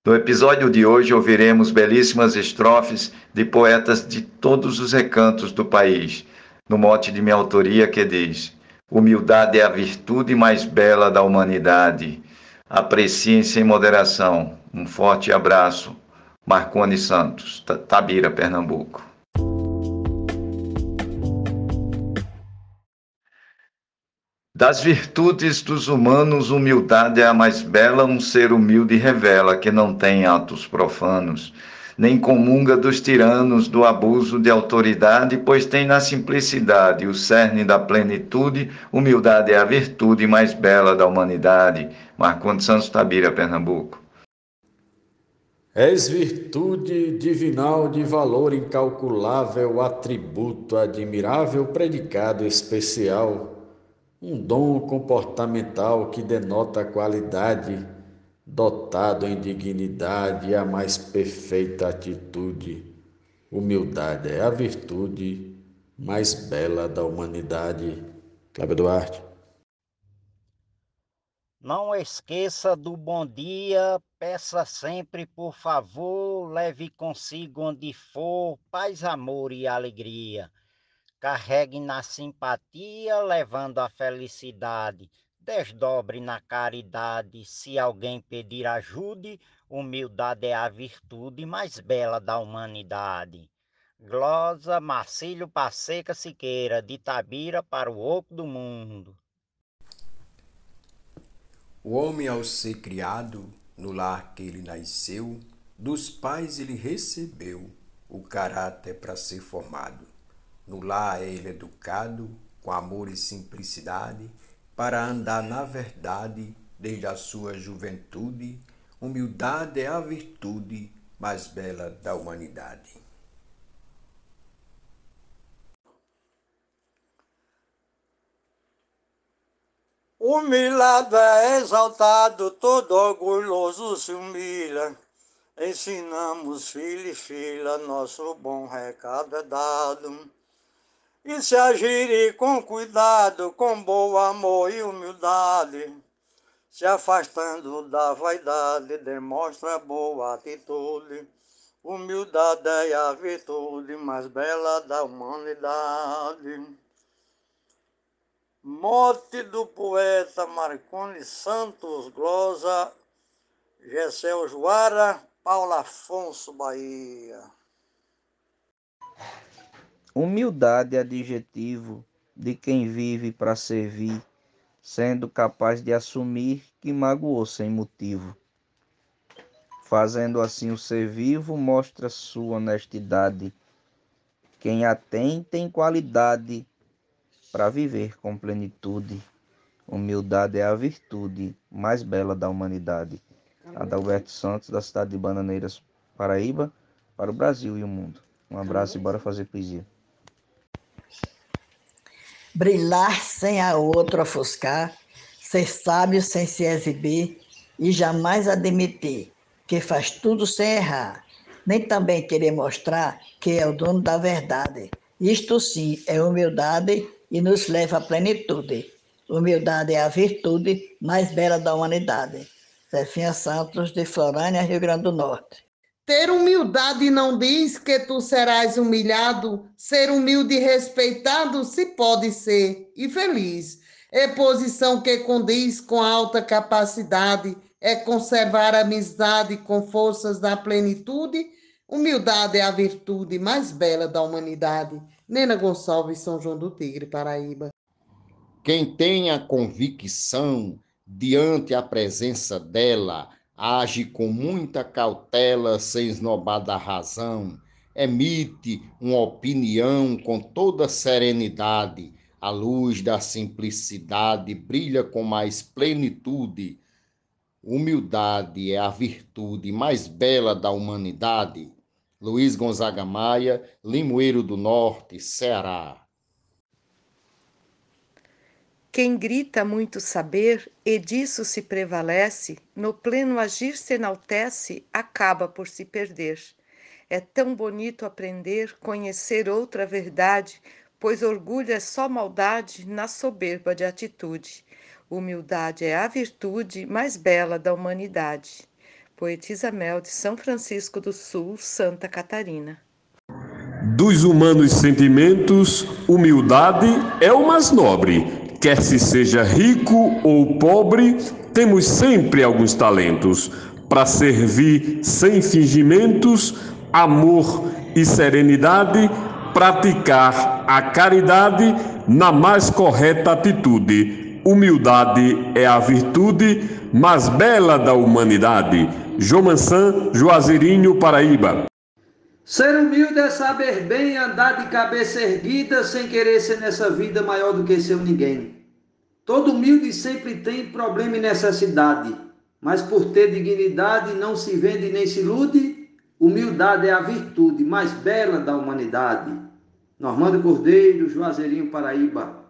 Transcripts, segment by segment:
No episódio de hoje ouviremos belíssimas estrofes de poetas de todos os recantos do país, no mote de minha autoria que diz: humildade é a virtude mais bela da humanidade. Apreciem sem moderação. Um forte abraço. Marconi Santos, Tabira, Pernambuco. Das virtudes dos humanos, humildade é a mais bela, um ser humilde revela que não tem atos profanos, nem comunga dos tiranos do abuso de autoridade, pois tem na simplicidade o cerne da plenitude, humildade é a virtude mais bela da humanidade. Marcondes Santos, Tabira, Pernambuco. És virtude divinal de valor incalculável, atributo admirável, predicado especial, um dom comportamental que denota a qualidade, dotado em dignidade e a mais perfeita atitude. Humildade é a virtude mais bela da humanidade. Cláudio Duarte. Não esqueça do bom dia, peça sempre por favor, leve consigo onde for, paz, amor e alegria. Carregue na simpatia, levando a felicidade. Desdobre na caridade, se alguém pedir ajude, humildade é a virtude mais bela da humanidade. Glosa Marcílio Passeca Siqueira, de Tabira para o Oco do Mundo. O homem, ao ser criado, no lar que ele nasceu, dos pais ele recebeu o caráter para ser formado. No lar é ele educado, com amor e simplicidade, para andar na verdade desde a sua juventude. Humildade é a virtude mais bela da humanidade. Humilhado é exaltado, todo orgulhoso se humilha. Ensinamos filho e filha, nosso bom recado é dado. E se agirem com cuidado, com bom amor e humildade, se afastando da vaidade, demonstra boa atitude. Humildade é a virtude mais bela da humanidade. Mote do poeta Marcondes Santos, glosa Gessel Joara, Paulo Afonso, Bahia. Humildade é adjetivo de quem vive para servir, sendo capaz de assumir que magoou sem motivo. Fazendo assim o ser vivo, mostra sua honestidade. Quem a tem qualidade para viver com plenitude. Humildade é a virtude mais bela da humanidade. Adalberto Santos, da cidade de Bananeiras, Paraíba, para o Brasil e o mundo. Um abraço e bora fazer poesia. Brilhar sem a outro ofuscar, ser sábio sem se exibir e jamais admitir que faz tudo sem errar, nem também querer mostrar que é o dono da verdade. Isto sim é humildade e nos leva à plenitude. Humildade é a virtude mais bela da humanidade. Zefinha Santos, de Florânia, Rio Grande do Norte. Ter humildade não diz que tu serás humilhado, ser humilde e respeitado se pode ser, e feliz. É posição que condiz com alta capacidade, é conservar a amizade com forças da plenitude. Humildade é a virtude mais bela da humanidade. Nena Gonçalves, São João do Tigre, Paraíba. Quem tem a convicção diante a presença dela, age com muita cautela, sem esnobar da razão, emite uma opinião com toda serenidade, a luz da simplicidade brilha com mais plenitude. Humildade é a virtude mais bela da humanidade. Luiz Gonzaga Maia, Limoeiro do Norte, Ceará. Quem grita muito saber e disso se prevalece, no pleno agir se enaltece, acaba por se perder. É tão bonito aprender, conhecer outra verdade, pois orgulho é só maldade na soberba de atitude. Humildade é a virtude mais bela da humanidade. Poetisa Mel, de São Francisco do Sul, Santa Catarina. Dos humanos sentimentos, humildade é o mais nobre. Quer se seja rico ou pobre, temos sempre alguns talentos. Para servir sem fingimentos, amor e serenidade, praticar a caridade na mais correta atitude. Humildade é a virtude mais bela da humanidade. João Mansan, Juazeirinho, Paraíba. Ser humilde é saber bem andar de cabeça erguida, sem querer ser nessa vida maior do que seu ninguém. Todo humilde sempre tem problema e necessidade, mas por ter dignidade não se vende nem se ilude. Humildade é a virtude mais bela da humanidade. Normando Cordeiro, Juazeirinho, Paraíba.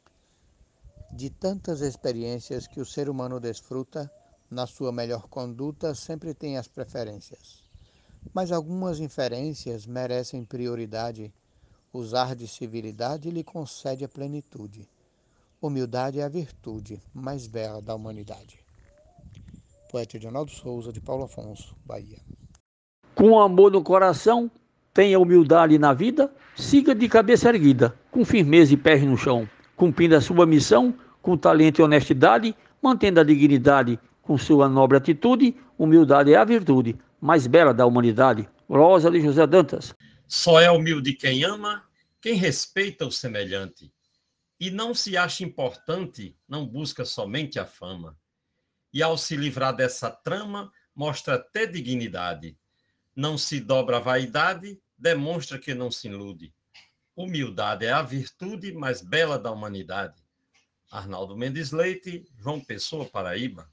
De tantas experiências que o ser humano desfruta, na sua melhor conduta sempre tem as preferências. Mas algumas inferências merecem prioridade. Usar de civilidade lhe concede a plenitude. Humildade é a virtude mais bela da humanidade. Poeta Edinaldo Souza, de Paulo Afonso, Bahia. Com amor no coração, tenha humildade na vida, siga de cabeça erguida, com firmeza e pés no chão, cumprindo a sua missão, com talento e honestidade, mantendo a dignidade com sua nobre atitude. Humildade é a virtude mais bela da humanidade. Rosa de José Dantas. Só é humilde quem ama, quem respeita o semelhante, e não se acha importante, não busca somente a fama. E ao se livrar dessa trama, mostra até dignidade. Não se dobra a vaidade, demonstra que não se ilude. Humildade é a virtude mais bela da humanidade. Arnaldo Mendes Leite, João Pessoa, Paraíba.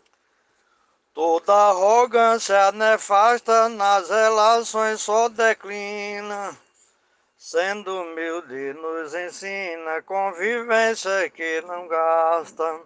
Toda arrogância nefasta nas relações só declina. Sendo humilde nos ensina convivência que não gasta.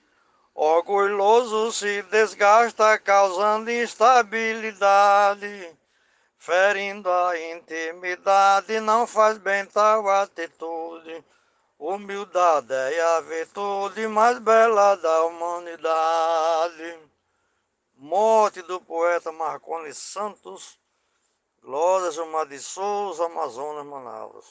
Orgulhoso se desgasta causando instabilidade. Ferindo a intimidade não faz bem tal atitude. Humildade é a virtude mais bela da humanidade. Morte do poeta Marconi Santos, Glória Gilmar de Souza, Amazonas, Manaus.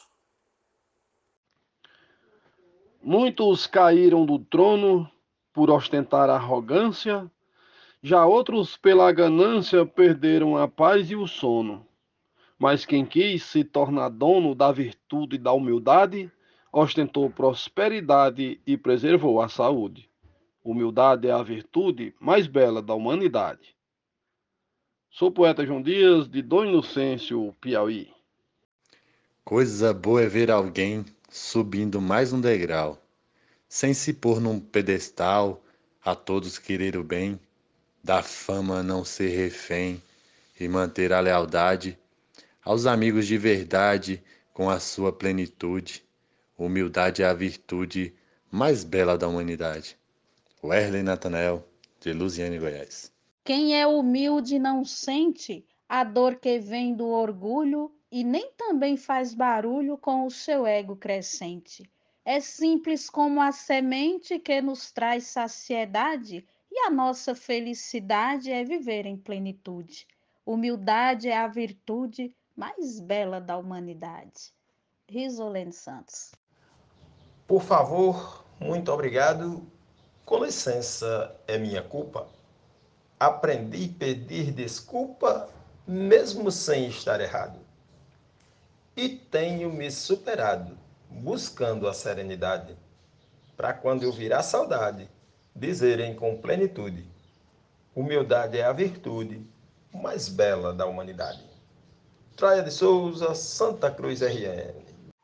Muitos caíram do trono por ostentar arrogância, já outros pela ganância perderam a paz e o sono. Mas quem quis se tornar dono da virtude e da humildade, ostentou prosperidade e preservou a saúde. Humildade é a virtude mais bela da humanidade. Sou o poeta João Dias, de Dom Inocêncio, Piauí. Coisa boa é ver alguém subindo mais um degrau, sem se pôr num pedestal, a todos querer o bem, da fama não ser refém e manter a lealdade aos amigos de verdade com a sua plenitude. Humildade é a virtude mais bela da humanidade. Werley Natanael, de Lusiane, Goiás. Quem é humilde não sente a dor que vem do orgulho e nem também faz barulho com o seu ego crescente. É simples como a semente que nos traz saciedade e a nossa felicidade é viver em plenitude. Humildade é a virtude mais bela da humanidade. Risolene Santos. Por favor, muito obrigado. Com licença, é minha culpa. Aprendi a pedir desculpa, mesmo sem estar errado. E tenho me superado, buscando a serenidade, para quando eu virar saudade, dizerem com plenitude: humildade é a virtude mais bela da humanidade. Traia de Souza, Santa Cruz, RN.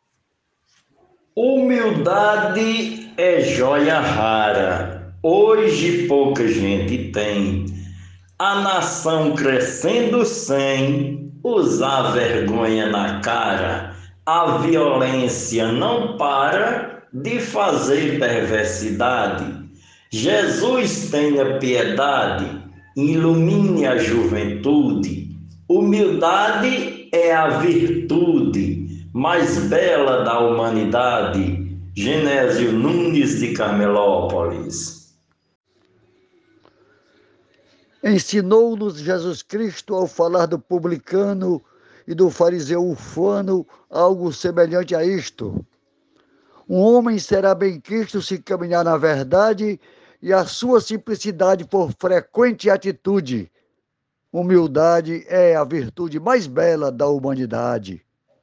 Humildade é joia rara, hoje pouca gente tem. A nação crescendo sem usar vergonha na cara. A violência não para de fazer perversidade. Jesus tenha piedade, ilumine a juventude. Humildade é a virtude mais bela da humanidade. Genésio Nunes de Carmelópolis. Ensinou-nos Jesus Cristo ao falar do publicano e do fariseu ufano algo semelhante a isto. Um homem será benquisto se caminhar na verdade e a sua simplicidade for frequente atitude. Humildade é a virtude mais bela da humanidade.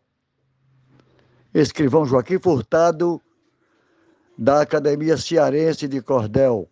Escrivão Joaquim Furtado, da Academia Cearense de Cordel.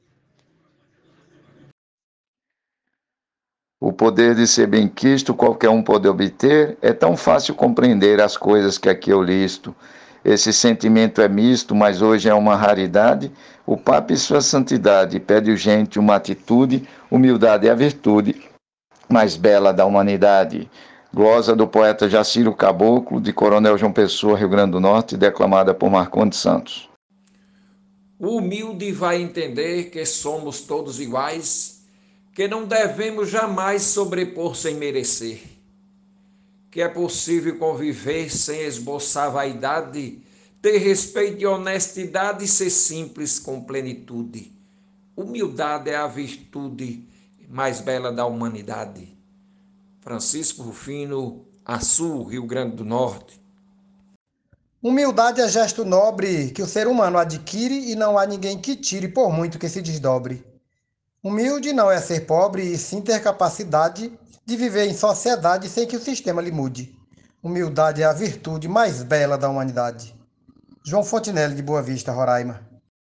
O poder de ser benquisto qualquer um pode obter, é tão fácil compreender as coisas que aqui eu listo. Esse sentimento é misto, mas hoje é uma raridade. O Papa e sua santidade pede urgente uma atitude, humildade é a virtude mais bela da humanidade. Glosa do poeta Jaciro Caboclo, de Coronel João Pessoa, Rio Grande do Norte, declamada por Marcondes Santos. O humilde vai entender que somos todos iguais, que não devemos jamais sobrepor sem merecer, que é possível conviver sem esboçar vaidade, ter respeito e honestidade e ser simples com plenitude. Humildade é a virtude mais bela da humanidade. Francisco Rufino, Açu, Rio Grande do Norte. Humildade é gesto nobre que o ser humano adquire e não há ninguém que tire por muito que se desdobre. Humilde não é ser pobre e sim ter capacidade de viver em sociedade sem que o sistema lhe mude. Humildade é a virtude mais bela da humanidade. João Fontinelli, de Boa Vista, Roraima.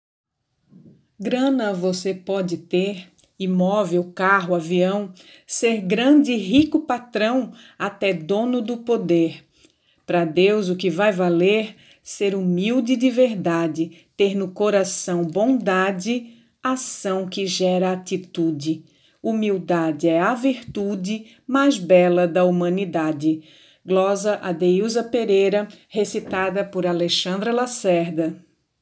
Grana você pode ter, imóvel, carro, avião, ser grande e rico patrão, até dono do poder. Para Deus o que vai valer, ser humilde de verdade, ter no coração bondade, ação que gera atitude. Humildade é a virtude mais bela da humanidade. Glosa Adeilza Pereira, recitada por Alexandra Lacerda.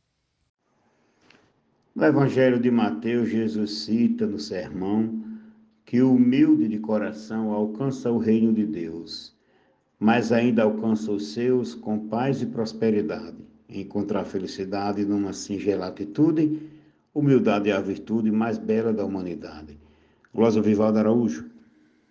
No Evangelho de Mateus, Jesus cita no sermão que o humilde de coração alcança o reino de Deus, mas ainda alcança os seus com paz e prosperidade. Encontrar felicidade numa singela atitude, humildade é a virtude mais bela da humanidade. Glosa Vivaldo Araújo.